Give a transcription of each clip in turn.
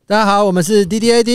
大家好，我们是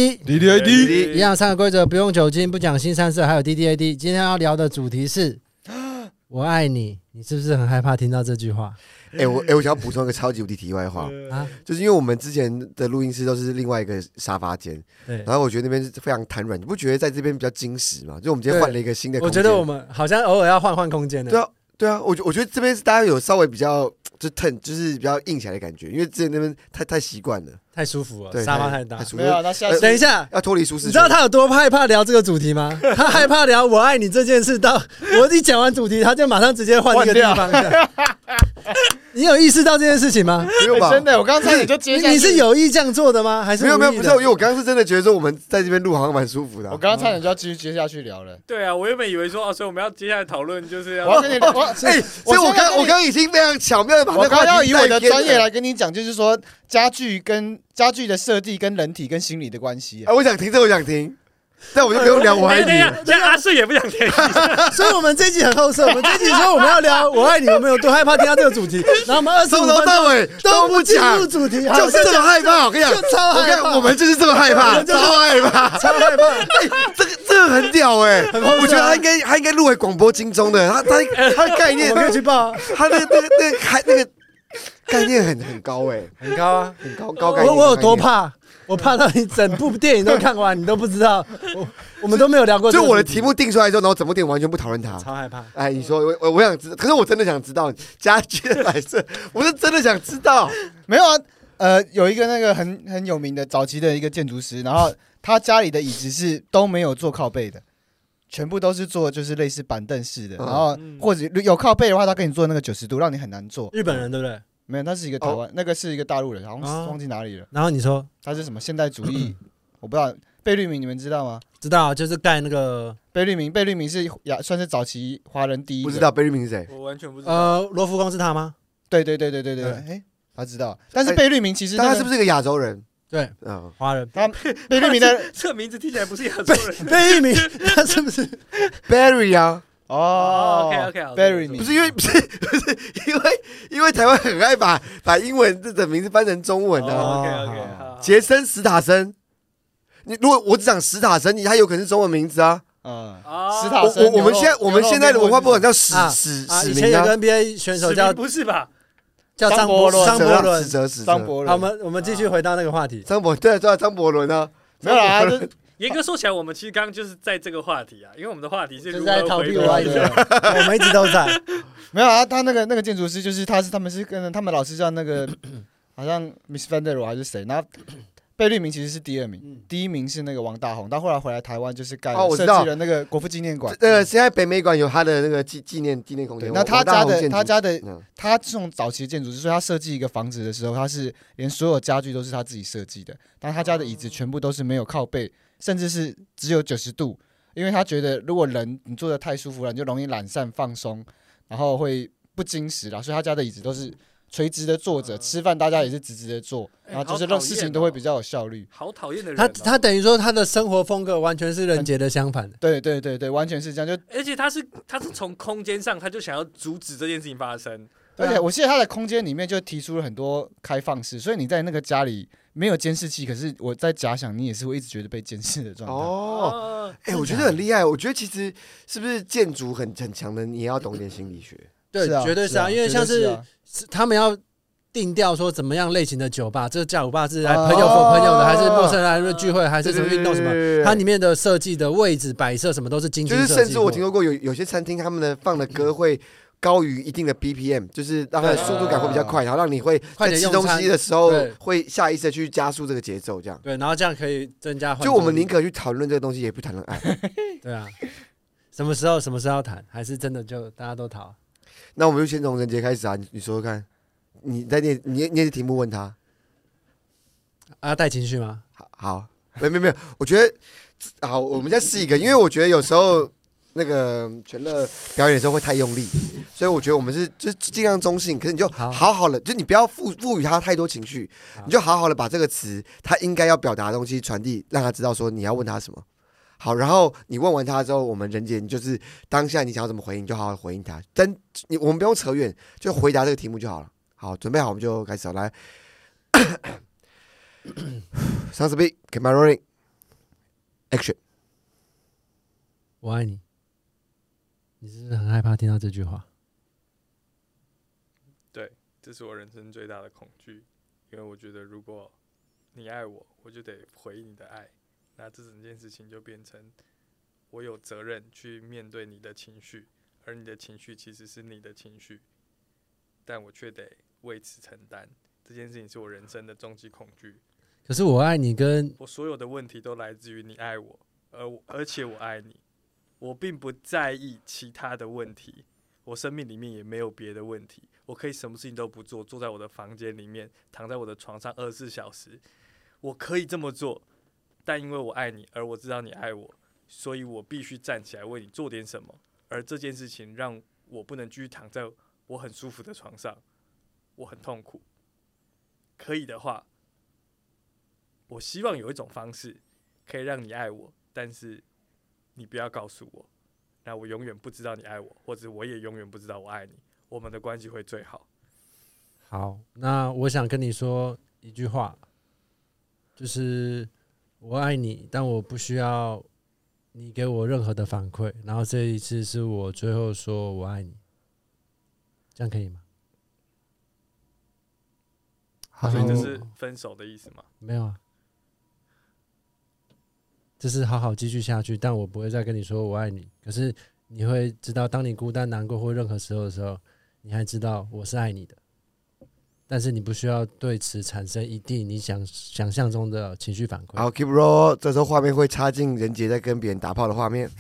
DDAD， 一样3个规则，不用酒精，不讲新三色，还有 DDAD。今天要聊的主题是我爱你，你是不是很害怕听到这句话？ 我想要补充一个超级无敌题外话啊，就是因为我们之前的录音室都是另外一个沙发间，对，然后我觉得那边是非常瘫软，你不觉得在这边比较精实吗？就我们今天换了一个新的空间， 我觉得我们好像偶尔要换空间的。 对啊，我觉得这边是大家有稍微比较就是比较硬起来的感觉，因为之前那边太习惯了， 太舒服了，沙发太大。 没有，那下次等一下要脱离舒适圈。 你知道他有多害怕聊这个主题吗？他害怕聊我爱你这件事，到我一讲完主题，他就马上直接换一个地方。你有意识到这件事情吗？ 没有吧？ 真的，我刚才你就接下去。 你是有意这样做的吗？还是没有，不是，因为我刚刚是真的觉得说我们在这边录好像蛮舒服的。 我刚刚差点就要继续接下去聊了。 对啊，我原本以为说所以我们要接下来讨论就是要。 我要跟你， 所以我刚已经非常巧妙的把我刚要以我的专业来来跟你讲，就是说家具的设计跟人体跟心理的关系。 我想听这，我想听。但我就不用聊我爱你了。 这阿顺也不想听， 所以我们这一集很后设。我们这一集说我们要聊我爱你，我们有多害怕听到这个主题，然后我们从头到尾都不进入主题， 就是这么害怕。我跟你讲， 超害怕， 我们就是这么害怕，超害怕。这个很屌哎，我觉得他应该入围广播金钟的，他的概念， 我可以去报。 他那个概念很高哎， 很高啊， 很高概念。 我有多怕？我怕到你整部电影都看完，你都不知道，我们都没有聊过。 所以我的题目定出来之后，然后整部电影完全不讨论它， 超害怕。 哎，你说我想知道，可是我真的想知道家具的摆设，我是真的想知道。 没有啊，有一个那个很有名的早期的一个建筑师，然后他家里的椅子是都没有做靠背的，全部都是做就是类似板凳式的，然后或者有靠背的话，他给你做那个90度，让你很难坐。 日本人对不对？ 没有，他是一个台湾，那个是一个大陆人，好像忘记哪里了。 然后你说他是什么现代主义？我不知道。贝聿铭你们知道吗？ 知道，就是盖那个贝聿铭是算是早期华人第一个。 不知道贝聿铭是谁？ 我完全不知道。 罗浮宫是他吗？ 对，哎，他知道。但是贝聿铭其实他是不是一个亚洲人？ 对，华人。 他贝聿铭的这个名字听起来不是亚洲人。 贝聿铭他是不是 Barry 啊？ 哦 ，OK， Barry 不是因为台湾很爱把英文的名字翻成中文的。 OK， 杰森·史塔森，你如果我只讲史塔森，他有可能是中文名字啊。 史塔森。 我们现在的文化部管叫史以前有个 NBA 选手叫不是吧？ 叫张伯伦。好，我们继续回到那个话题。 张伯伦啊， 没有啦。 严格说起来，我们其实刚刚就是在这个话题啊，因为我们的话题是如何逃避我爱你，我们一直都在。 没有啊，他那个建筑师就是他们是跟他们老师叫那个好像 Miss Van der Rohe 还是谁，然后贝聿铭其实是第2名，第1名是那个王大闳，他后来回来台湾就是设计了那个国父纪念馆。 现在北美馆有他的那个纪念空间。 那他这种早期建筑师，所以他设计一个房子的时候，他是连所有家具都是他自己设计的，但他家的椅子全部都是没有靠背。甚至是只有90度，因为他觉得如果你坐得太舒服了，你就容易懒散放松，然后会不精实啦，所以他家的椅子都是垂直的坐着，吃饭大家也是直的坐，然后就是让事情都会比较有效率。 好讨厌的人。 他等于说他的生活风格完全是人杰的相反。 对，完全是这样。 而且他是从空间上他就想要阻止这件事情发生。 而且我记得他的空间里面就提出了很多开放式，所以你在那个家里没有监视器，可是我在假想你也是会一直觉得被监视的状态。 我觉得很厉害。我觉得其实是不是建筑很强的，你也要懂一点心理学。 对，绝对是啊，因为像是他们要定调说怎么样类型的酒吧，这叫酒吧是来朋友的，还是陌生人来的聚会，还是什么运动什么，它里面的设计的位置摆设什么都是精心设计。 就是甚至我听说过有些餐厅他们的放的歌会高于一定的 BPM， 就是让它的速度感会比较快，然后让你会在吃东西的时候会下意识的去加速这个节奏，这样。 对，然后这样可以增加。 就我们宁可去讨论这个东西，也不谈论爱。 对啊，什么时候要谈，还是真的就大家都讨？ 那我们就先从人杰开始啊，你说说看，你念题目问他。 要带情绪吗？ 好，没有，我觉得好，我们再试一个，因为我觉得有时候。那个全乐表演的时候会太用力，所以我觉得我们就是尽量中性，可是你就好的，就你不要赋予他太多情绪，你就好的把这个词他应该要表达的东西传递，让他知道说你要问他什么。好，然后你问完他之后，我们人杰你就是当下你想要怎么回应，就好好回应他。我们不用扯远，就回答这个题目就好了。好，准备好我们就开始了，来。 Sounds big. Camera rolling. Action. 我爱你。你是不是很害怕听到这句话？ 对，这是我人生最大的恐惧，因为我觉得如果你爱我，我就得回应你的爱，那这整件事情就变成我有责任去面对你的情绪，而你的情绪其实是你的情绪，但我却得为此承担。这件事情是我人生的终极恐惧。 可是我爱你跟我所有的问题都来自于你爱我，而且我爱你，我并不在意其他的问题，我生命里面也没有别的问题，我可以什么事情都不做，坐在我的房间里面，躺在我的床上24小时，我可以这么做，但因为我爱你，而我知道你爱我，所以我必须站起来为你做点什么，而这件事情让我不能继续躺在我很舒服的床上，我很痛苦。可以的话，我希望有一种方式可以让你爱我，但是你不要告诉我，那我永远不知道你爱我，或者我也永远不知道我爱你，我们的关系会最好。 好，那我想跟你说一句话，就是我爱你，但我不需要你给我任何的反馈，然后这一次是我最后说我爱你，这样可以吗？ 所以这是分手的意思吗？ 没有啊，这是好好继续下去，但我不会再跟你说我爱你。可是你会知道，当你孤单、难过或任何时候的时候，你还知道我是爱你的。但是你不需要对此产生一定你想象中的情绪反馈。 好 ，keep roll。这时候画面会插进人杰在跟别人打炮的画面。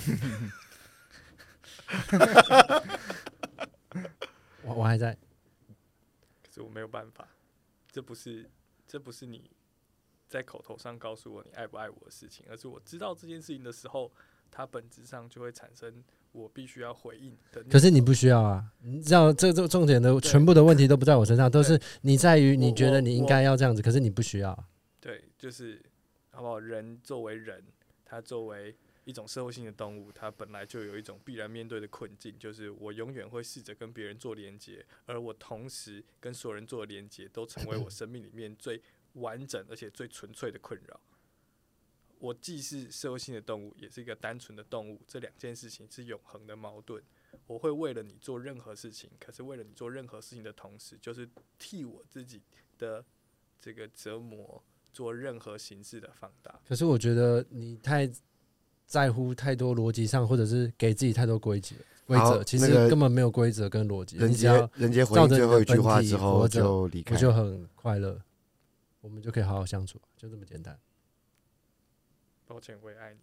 我还在， 可是我没有办法，这不是你在口头上告诉我你爱不爱我的事情，而是我知道这件事情的时候，它本质上就会产生我必须要回应的。 可是你不需要啊，你知道这重点的全部的问题都不在我身上，都是你在于你觉得你应该要这样子，可是你不需要。 对，就是好不好？人作为人，他作为一种社会性的动物，它本来就有一种必然面对的困境，就是我永远会试着跟别人做连结，而我同时跟所有人做的连结，都成为我生命里面最完整而且最纯粹的困扰。我既是社会性的动物，也是一个单纯的动物，这两件事情是永恒的矛盾。我会为了你做任何事情，可是为了你做任何事情的同时，就是替我自己的这个折磨做任何形式的放大。 可是我觉得你太在乎太多逻辑上，或者是给自己太多规则，其实根本没有规则跟逻辑。 人杰回应最后一句话之后就离开， 我就很快乐，我们就可以好好相处，就这么简单。 抱歉，我也爱你。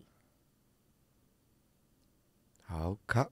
好，卡。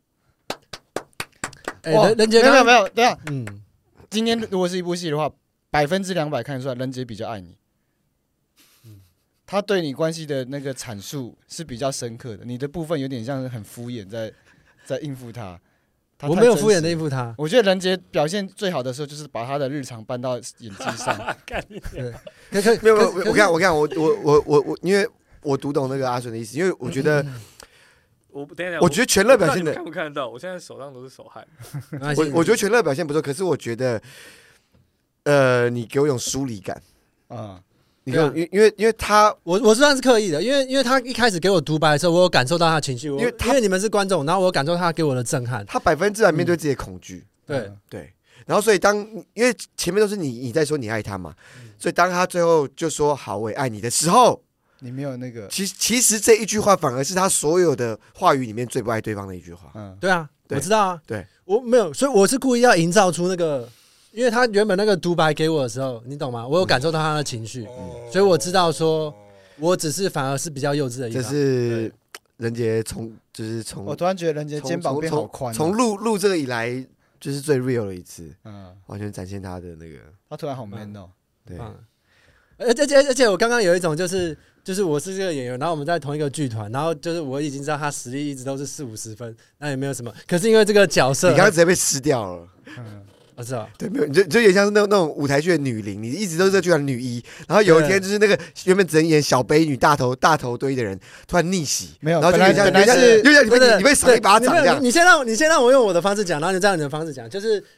人杰没有，等一下，今天如果是一部戏的话，200%看得出来，人杰比较爱你。他对你关系的那个阐述是比较深刻的，你的部分有点像是很敷衍，在应付他。 我没有敷衍的应付他。 我觉得人杰表现最好的时候，就是把他的日常搬到演技上。 没有，我看，我，因为我读懂那个阿顺的意思，因为我觉得，我觉得全乐表现的看不看得到？我现在手上都是手汗。 我觉得全乐表现不错，可是我觉得，你给我一种疏离感啊。因为他， 我算是刻意的，因为他一开始给我独白的时候，我有感受到他的情绪，因为你们是观众，然后我有感受他给我的震撼， 他100%面对自己的恐惧，对，然后所以因为前面都是你在说你爱他嘛，所以当他最后就说好我也爱你的时候， 你没有那个， 其实这一句话反而是他所有的话语里面最不爱对方的一句话， 对啊，我知道啊， 对， 我没有，所以我是故意要营造出那个。因为他原本那个独白给我的时候，你懂吗？我有感受到他的情绪，所以我知道说，我只是反而是比较幼稚的一方。 这是人杰从我突然觉得人杰肩膀变好宽， 从录这个以来就是最 real 的一次，完全展现他的那个。 他突然好 man 哦， 对。 而且我刚刚有一种就是我是这个演员，然后我们在同一个剧团，然后就是我已经知道他实力一直都是40-50分，那也没有什么。可是因为这个角色， 你刚刚直接被撕掉了。 我知道， 对，没有，就有点像是那种舞台剧的女零，你一直都是这剧团的女一，然后有一天就是那个原本只能演小悲女大头堆的人突然逆袭， 没有， 然后就本来是你被赏一巴掌这样。 你先让我用我的方式讲，然后你再用你的方式讲，就是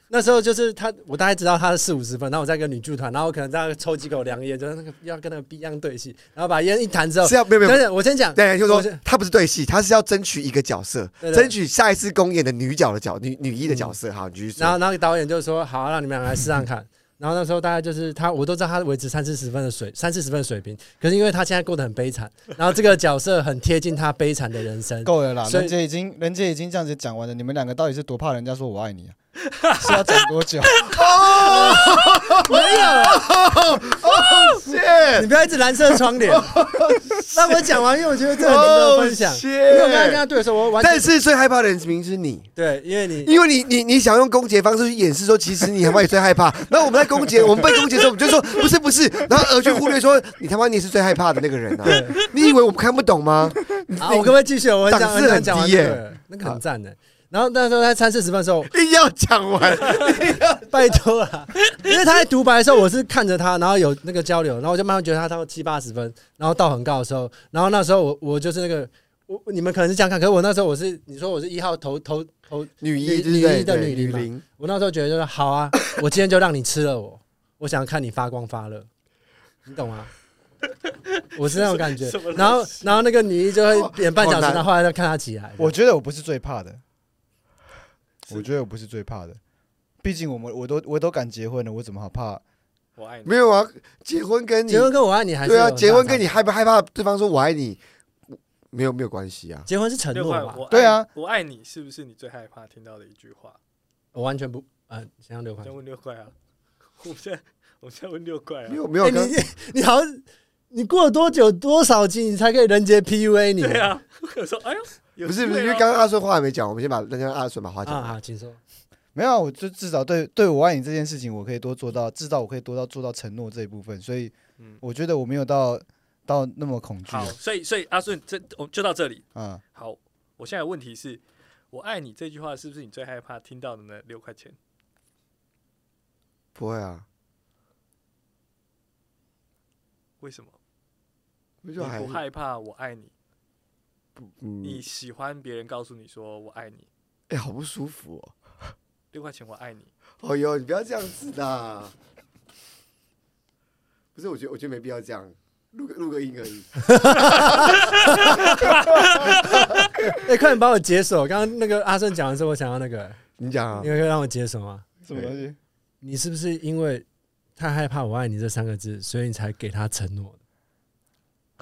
那时候就是我大概知道他是40-50分，然后我在跟女剧团，然后我可能在抽几口凉烟，就是那个要跟那个 Beyond 对戏，然后把烟一弹之后， 是要没有， 等等，我先讲， 对，就是说他不是对戏，他是要争取一个角色，争取下一次公演的女一的角色。好，你继续说。 然后导演就说好，让你们两个来试试看。然后那时候大概就是我都知道他维持30-40分的水平，可是因为他现在过得很悲惨，然后这个角色很贴近他悲惨的人生。 够了啦，人家已经这样子讲完了，你们两个到底是多怕人家说我爱你啊？是要讲多久？ 没有，你不要一直蓝色窗帘。让我讲完，因为我觉得这很值得分享。因为我刚才跟他对的时候，我完全。 但是最害怕的人明明是你。 对，因为你想用攻击的方式去掩饰说，其实你他妈也最害怕。然后我们在攻击，我们被攻击的时候，我们就说不是，然后而去忽略说你他妈你也是最害怕的那个人啊。你以为我们看不懂吗？ 我可不可以继续？我档次很低耶，那个很赞的。然后那时候在30-40分的时候， 一定要讲完， 拜托啦！因为他在独白的时候，我是看着他，然后有那个交流，然后我就慢慢觉得他到70-80分，然后到很高的时候，然后那时候我就是那个你们可能是这样看，可是我那时候你说我是1号投女一的女零，我那时候觉得就是好啊，我今天就让你吃了我想看你发光发热，你懂吗？我是那种感觉，然后那个女一就会演半小时，然后后来再看她起来。 我觉得我不是最怕的。毕竟我都敢结婚了，我怎么好怕？ 我爱你。 没有啊，结婚跟我爱你还是对啊，结婚跟你害不害怕对方说我爱你没有关系啊。 结婚是承诺吧？ 对啊， 我爱你是不是你最害怕听到的一句话？ 我完全不先要6块。 先问6块啊！我现在问6块啊！ 没有， 你好，你过了多久多少集你才可以人杰 PUA 你？ 对啊，我说哎呦， 不是，因为刚刚阿顺话还没讲，我们先把阿顺把话讲。 好，请说。 没有，我就至少对我爱你这件事情，我可以多做到，至少我可以做到承诺这一部分，所以我觉得我没有到那么恐惧。 好，所以阿顺就到这里。好，我现在的问题是，我爱你这句话是不是你最害怕听到的那6块钱？ 不会啊。 为什么？你不害怕我爱你？你喜欢别人告诉你说我爱你？ 好不舒服哦。 6块钱我爱你。 哦呦，你不要这样子的。不是，我觉得没必要这样，录个音而已。 快点帮我解锁！刚刚那个阿顺讲的时候，我想要那个， 你讲啊， 你会让我解锁吗？ 什么东西？ 你是不是因为太害怕我爱你这3个字，所以你才给他承诺的？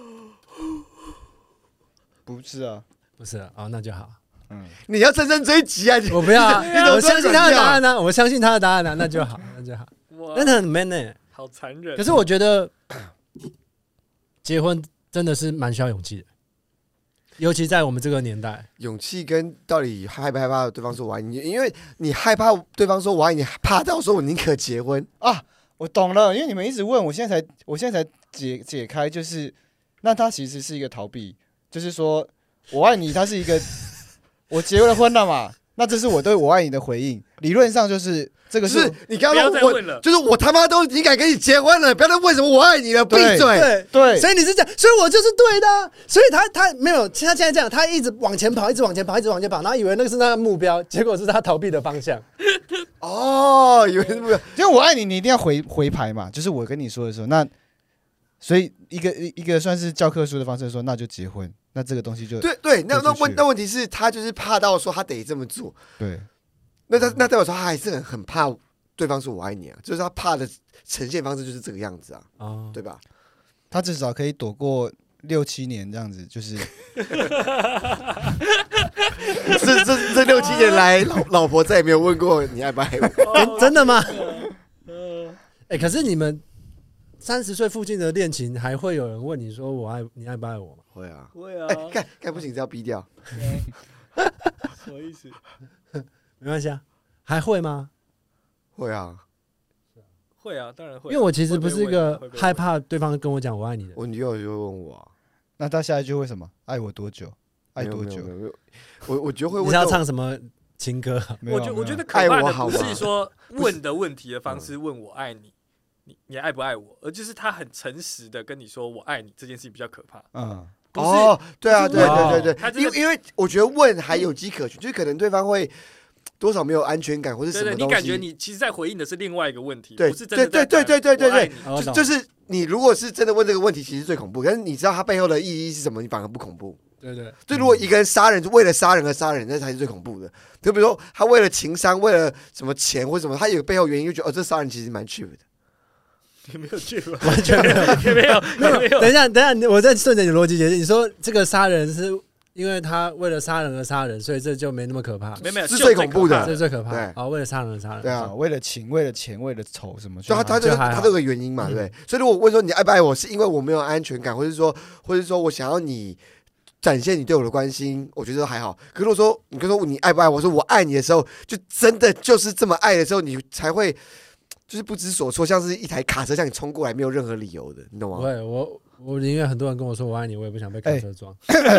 不是啊， 不是啊，那就好。 你要乘胜追击啊！ 我不要啊，我相信他的答案呢，我相信他的答案呢，那就好，真的很 man 呢。 好残忍。 可是我觉得结婚真的是蛮需要勇气的，尤其在我们这个年代。 勇气跟到底害不害怕对方说我爱你？因为你害怕对方说我爱你，怕到说我宁可结婚啊！我懂了，因为你们一直问，我现在才解开，就是那他其实是一个逃避，就是说我爱你，他是一个我结了婚了嘛，那这是我对我爱你的回应。理论上就是这个是你刚刚问了，就是我他妈都已经敢跟你结婚了，不要再问什么我爱你了，闭嘴。 对， 所以你是这样，所以我就是对的。所以他没有，他现在这样，他一直往前跑，然后以为那个是他的目标，结果是他逃避的方向。 哦，以为是目标， 因为我爱你，你一定要回牌嘛，就是我跟你说的时候，那所以一个算是教科书的方式说，那就结婚。那这个东西就对，那问题是，他就是怕到说他得这么做。 对， 那代表说他还是很怕对方说我爱你啊，就是他怕的呈现方式就是这个样子啊，对吧？ 他至少可以躲过6-7年这样子，就是这6-7年来，老婆再也没有问过你爱不爱我， 真的吗？可是你们30岁附近的恋情，还会有人问你说你爱不爱我吗？ 会啊， 会啊。 干不行，这要逼掉。 什么意思？ 没关系啊，还会吗？ 会啊， 会啊，当然会。 因为我其实不是一个害怕对方跟我讲我爱你的。 我女友就会问我， 那他下一句会什么？爱我多久？爱多久？ 我觉得会问。 你是要唱什么情歌？ 我觉得可怕的不是说问的问题的方式问我爱你。你爱不爱我？而就是他很诚实的跟你说我爱你这件事情比较可怕。 对啊，对，因为我觉得问还有迹可循，就是可能对方会多少没有安全感或者什么东西。 对，你感觉你其实在回应的是另外一个问题， 对， 不是真的在对，就是你如果是真的问这个问题，其实最恐怖。可是你知道它背后的意义是什么，你反而不恐怖。 对， 就如果一个人杀人，为了杀人而杀人，那才是最恐怖的。就比如说他为了情商，为了什么钱或什么，他有个背后原因，就觉得这杀人其实蛮 cheap 的。 你没有去吗？ 完全没有， 没有。 等一下，我再顺着你逻辑解释，你说这个杀人是因为他为了杀人而杀人，所以这就没那么可怕。 没有， 是最恐怖的， 这是最可怕。 对， 为了杀人而杀人。 对啊， 为了情，为了钱，为了仇什么？ 就他都有个原因嘛，对不对？所以如果问说你爱不爱我，是因为我没有安全感，或者说我想要你展现你对我的关心，我觉得还好。可是如果说你跟说你爱不爱我，说我爱你的时候，就真的就是这么爱的时候，你才会就是不知所措，像是一台卡车向你冲过来，没有任何理由的，你懂吗？ 不会，我宁愿很多人跟我说我爱你，我也不想被卡车撞。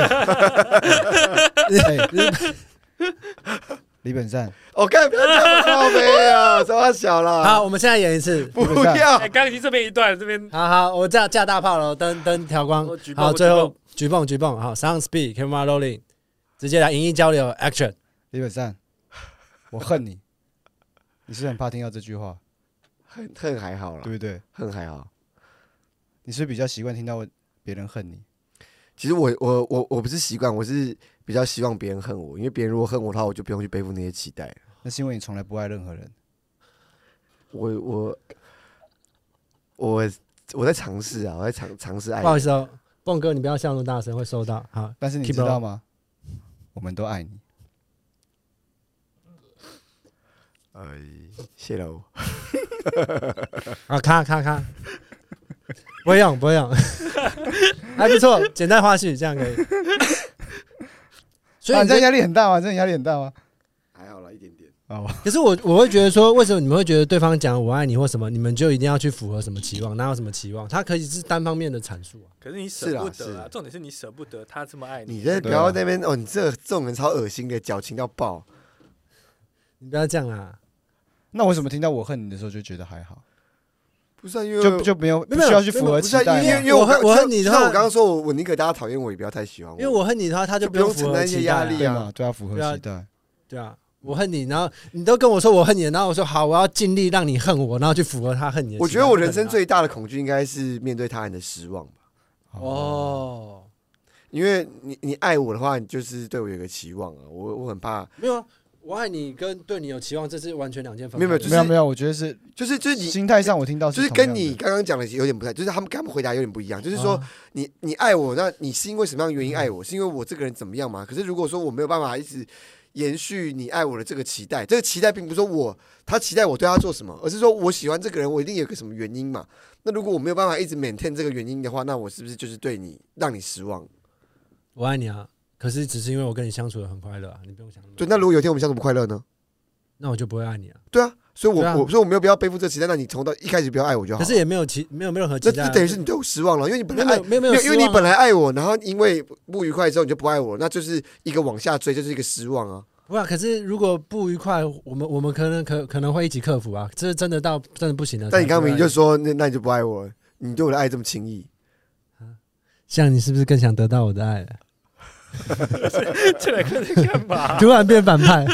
李本善， 我看不要这么靠背啊，这么小了。 好，我们现在演一次， 不要。 刚已经这边一段，这边好，我架大炮了，灯调光。好，最后举泵，好 ，sound speed camera rolling， 直接来影音交流 action。 李本善，我恨你，你是很怕听到这句话？ 恨还好啦， 对不对？ 恨还好。 你是比较习惯听到别人恨你？ 其实我不是习惯，我是比较希望别人恨我，因为别人如果恨我的话，我就不用去背负那些期待。 那是因为你从来不爱任何人。 我在尝试啊，我在尝试爱。 不好意思哦，蹦哥，你不要笑那么大声，会收到。好， 但是你知道吗？我们都爱你。 谢喽。 好，咔，不会用，还不错，简单花絮，这样可以。 所以你这压力很大吗？ 还好啦，一点点。 可是我会觉得说，为什么你们会觉得对方讲我爱你或什么，你们就一定要去符合什么期望？哪有什么期望？他可以是单方面的阐述啊。 可是你舍不得啊，重点是你舍不得他这么爱你。 你不要在那边哦，你这种人超恶心的，矫情到爆。 你不要这样啊。 那为什么听到我恨你的时候就觉得还好？ 不是、啊、因为就没有不需要去符合期待， 因为我恨你的话， 我刚刚说我宁可大家讨厌我，也不要太喜欢我。 因为我恨你的话，他就不用承担一些压力啊， 对啊，符合期待， 对啊，我恨你，然后你都跟我说我恨你，然后我说好，我要尽力让你恨我，然后去符合他恨你的期待。 我觉得我人生最大的恐惧应该是面对他人的失望吧。 哦， 因为你爱我的话，你就是对我有个期望啊，我很怕。 没有啊。我爱你跟对你有期望，这是完全两件分开。 没有，我觉得是就是你心态上我听到就是跟你刚刚讲的有点不太，就是他们回答有点不一样。就是说你爱我，那你是因为什么样的原因爱我？是因为我这个人怎么样嘛？可是如果说我没有办法一直延续你爱我的这个期待，这个期待并不是说他期待我对他做什么，而是说我喜欢这个人，我一定有个什么原因嘛。那如果我没有办法一直 maintain 这个原因的话，那我是不是就是对你让你失望？ 我爱你啊，可是只是因为我跟你相处的很快乐啊，你不用想那么多。 对，那如果有一天我们相处不快乐呢？ 那我就不会爱你啊。 对啊，所以我没有必要背负这期待。那你从到一开始不要爱我就好。 可是也没有任何期待。 那等于是你对我失望了，因为你本来没有， 因为你本来爱我，然后因为不愉快之后你就不爱我，那就是一个往下追，就是一个失望啊。 不啊，可是如果不愉快，我们可能会一起克服啊。这真的不行了。 但你刚明就说那你就不爱我了，你对我的爱这么轻易。 像你是不是更想得到我的爱？ 这两个人干嘛？ 突然变反派。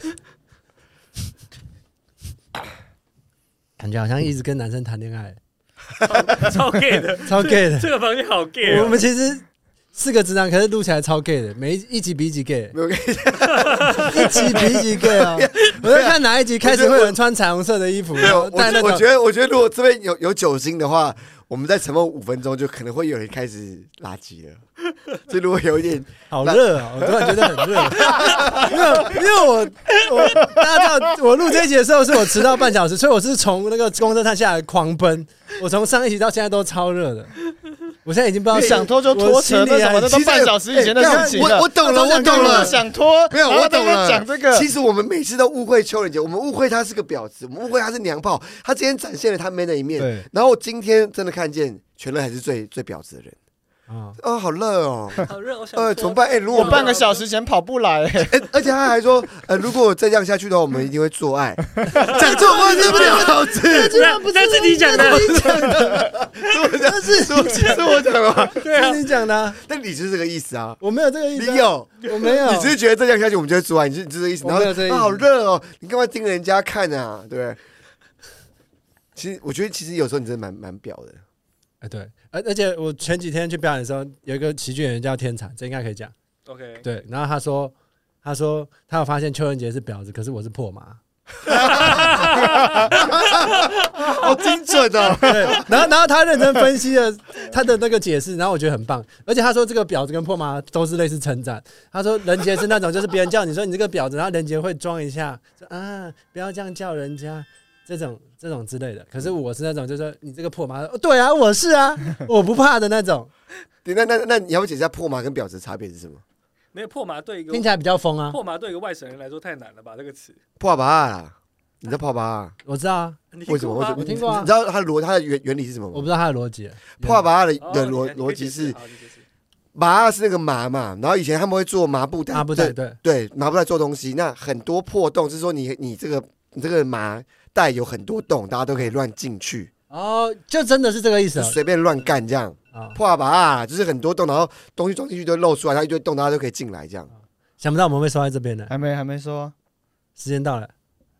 感觉好像一直跟男生谈恋爱， 超 gay 的， 超 gay 的。 这个房间好 gay 哦。 我们其实4个直男，可是录起来超 gay 的，每一集比一集 gay， 没有， 一集比一集 gay 啊！我在看哪一集开始会有人穿彩虹色的衣服， 我觉得如果这边有酒精的话，我们再沉默5分钟，就可能会有人开始垃圾了。就如果有一点好热啊，我突然觉得很热。因为大家知道我录这一集的时候是我迟到半小时，所以我是从那个公车站下来狂奔。我从上一集到现在都超热的。我现在已经不知道想拖就拖扯那什么的，都半小时以前的事情了。 我懂了， 想拖没有，我懂了。 讲这个， 其实我们每次都误会邱仁杰，我们误会他是个婊子，我们误会他是娘炮。他今天展现了他 man 的一面，然后今天真的看见全乐还是最婊子的人。 好热哦， 好热，我想怎么办？如果我半个小时前跑步来， 而且他还说，如果再这样下去的话，我们一定会做爱。讲错话是不了了之， 那是你讲的， 是我讲的吗？ 对啊，是你讲的。 但你是这个意思啊？ 我没有这个意思。 你有？ 我没有。 你只是觉得这样下去我们就会做爱，你是这个意思？然后好热哦，你干嘛盯人家看啊？对不对？其实我觉得，其实有时候你真的蛮婊的。 对，而且我前几天去表演的时候，有一个喜剧演员叫天才，这应该可以讲。 OK。 对，然后他说他有发现邱文杰是婊子，可是我是破麻。 好精准哦！ 对，然后他认真分析了他的那个解释，然后我觉得很棒。而且他说这个婊子跟破麻都是类似称赞。他说人杰是那种就是别人叫你说你这个婊子，然后人杰会装一下，说不要这样叫人家。这种之类的，可是我是那种，就是说你这个破麻，对啊，我是啊，我不怕的那种。 那你要不解释一下破麻跟婊子的差别是什么？ 没有破麻对一个听起来比较疯啊。 破麻对一个外省人来说太难了吧？这个词。 破麻啦，你知道破麻？ 我知道啊。 为什么？ 我听过啊。 你知道它的原理是什么吗？ 我不知道它的逻辑。 破麻的逻辑是，麻是那个麻嘛，然后以前他们会做麻布袋，对，麻布袋做东西，那很多破洞是说你这个麻袋有很多洞，大家都可以乱进去。 就真的是这个意思， 随便乱干这样。破麻就是很多洞，然后东西装进去都露出来，它一堆洞，大家都可以进来这样。 想不到我们会收在这边的， 还没收啊， 时间到了，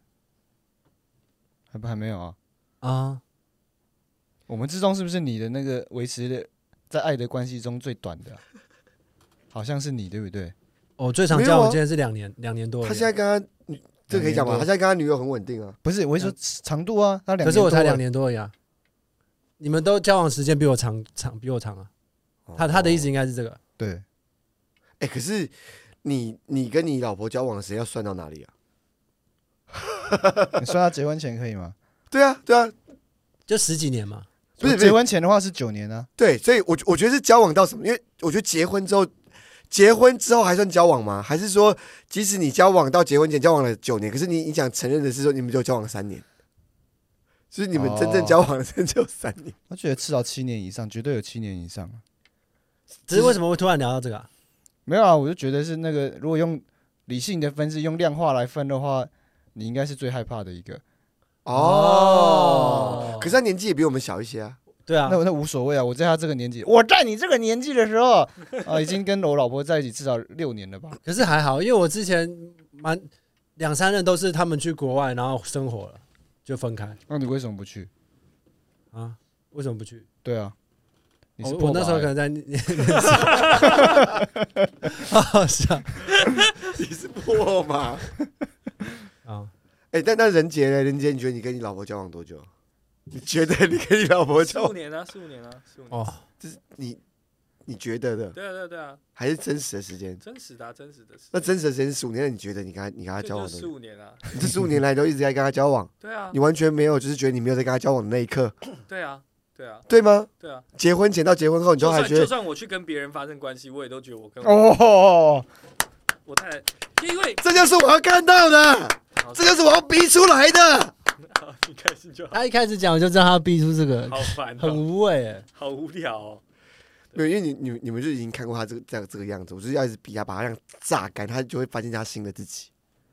还没有啊。我们之中是不是你的那个维持的在爱的关系中最短的？好像是你，对不对？ 最长交往今天是2年多。 他现在跟他这可以讲吗？他现在跟他女友很稳定啊。 不是，我是说长度啊，他2年多。 可是我才2年多而已啊。你们都交往时间比我长啊。他的意思应该是这个。 对。 可是你跟你老婆交往的时间要算到哪里啊？ 你算到结婚前可以吗？ 对啊， 就10几年嘛。 不是结婚前的话是9年啊。 对，所以我觉得是交往到什么？因为我觉得结婚之后还算交往吗？还是说，即使你交往到结婚前交往了9年，可是你想承认的是说你们就交往3年，就是你们真正交往的只有3年。 我觉得至少7年以上，绝对有7年以上。 只是为什么会突然聊到这个？ 没有啊，我就觉得是那个，如果用理性的分析，用量化来分的话，你应该是最害怕的一个。 可是他年纪也比我们小一些啊。 对啊， 那无所谓啊。我在他这个年纪，我在你这个年纪的时候已经跟我老婆在一起至少6年了吧。 可是还好，因为我之前2-3任都是他们去国外，然后生活了就分开。 那你为什么不去啊？为什么不去？ 对啊， 我那时候可能在好笑， 你是破嘛？但人杰呢？人杰，你觉得你跟你老婆交往多久？你觉得你跟你老婆交往 15年啊？15年啊？15年。 这是你觉得的？ 对啊。 还是真实的时间？ 真实的。 那真实的时间是15年，那你觉得你跟他交往多久？ 15年啊。 你这15年来都一直在跟他交往？ 对啊。 你完全没有，就是觉得你没有在跟他交往的那一刻？ 对啊。 对吗？ 对啊。 结婚前到结婚后，你都还觉得， 就算我去跟别人发生关系，我也都觉得我跟我太太，因为这就是我要看到的，这就是我要逼出来的。 你开心就好。 他一开始讲我就知道他要逼出这个， 好烦， 很无谓好无聊哦。 没有，因为你们就已经看过他这个样子，我就是要一直逼他，把他这样榨干，他就会发现他新的自己。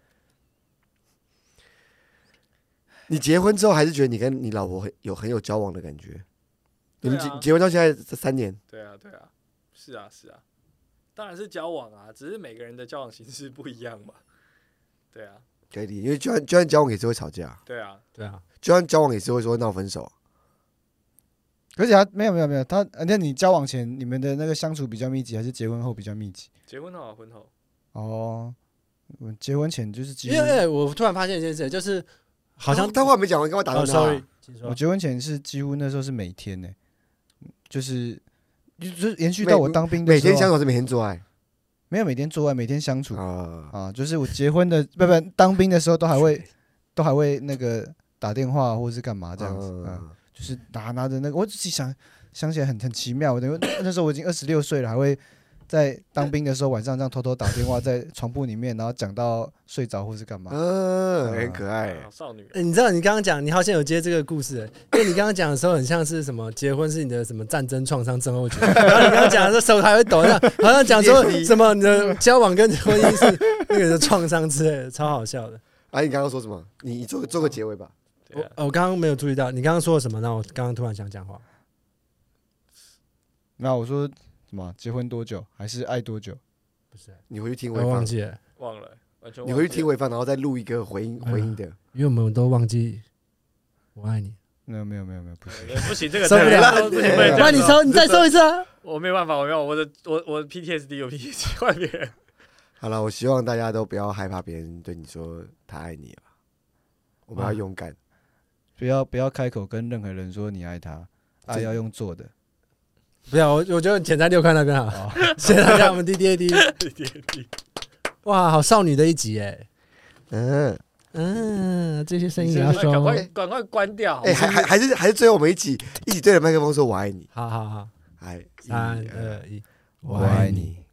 你结婚之后还是觉得你跟你老婆很有交往的感觉？你们结婚到现在这3年？ 对啊，是啊，当然是交往啊，只是每个人的交往形式不一样嘛。对啊， 可以理解，因为就算交往也是会吵架。 对啊， 就算交往也是会说闹分手。 而且没有，那你交往前你们的那个相处比较密集，还是结婚后比较密集？ 结婚后，婚后。 结婚前就是几乎。 因为我突然发现一件事，就是好像他话没讲完，干嘛打断他 ？Sorry， 我结婚前是几乎那时候是每天呢，就是延续到我当兵的时候， 每天相处是每天做爱， 没有每天做爱，每天相处就是我结婚的不当兵的时候都还会那个打电话或者是干嘛这样子就是拿着那个，我自己想起来很奇妙。那时候我已经26岁了，还会在当兵的时候晚上这样偷偷打电话在床铺里面，然后讲到睡着或是干嘛？ 很可爱。 少女。 你知道你刚刚讲，你好像有接这个故事，因为你刚刚讲的时候很像是什么结婚是你的什么战争创伤症候群，然后你刚刚讲的时候手还会抖，好像讲说什么你的交往跟婚姻是那个的创伤之类的，超好笑的。 你刚刚说什么？你做个结尾吧。 我刚刚没有注意到你刚刚说了什么，那我刚刚突然想讲话。 那我说什么？结婚多久？还是爱多久？ 不是， 你回去听我回放， 忘记了， 忘了，完全忘记了。 你回去听回放，然后再录一个回音的。 因为我们都忘记我爱你。 没有，不行， 不行，这个受不了， 不行， 不然你再说一次啊！ 我没有办法，我 PTSD 有 PTSD 换别人。 好了，我希望大家都不要害怕别人对你说他爱你了，我们要勇敢， 不要开口跟任何人说你爱他，爱要用做的。 不要，我觉得潜在6块那边好，谢谢大家，我们 DDAD， 哇，好少女的一集哎，这些声音也要说， 赶快关掉。 还是最后我们一起对着麦克风说我爱你。 好， 来， 3、2、1， 我爱你。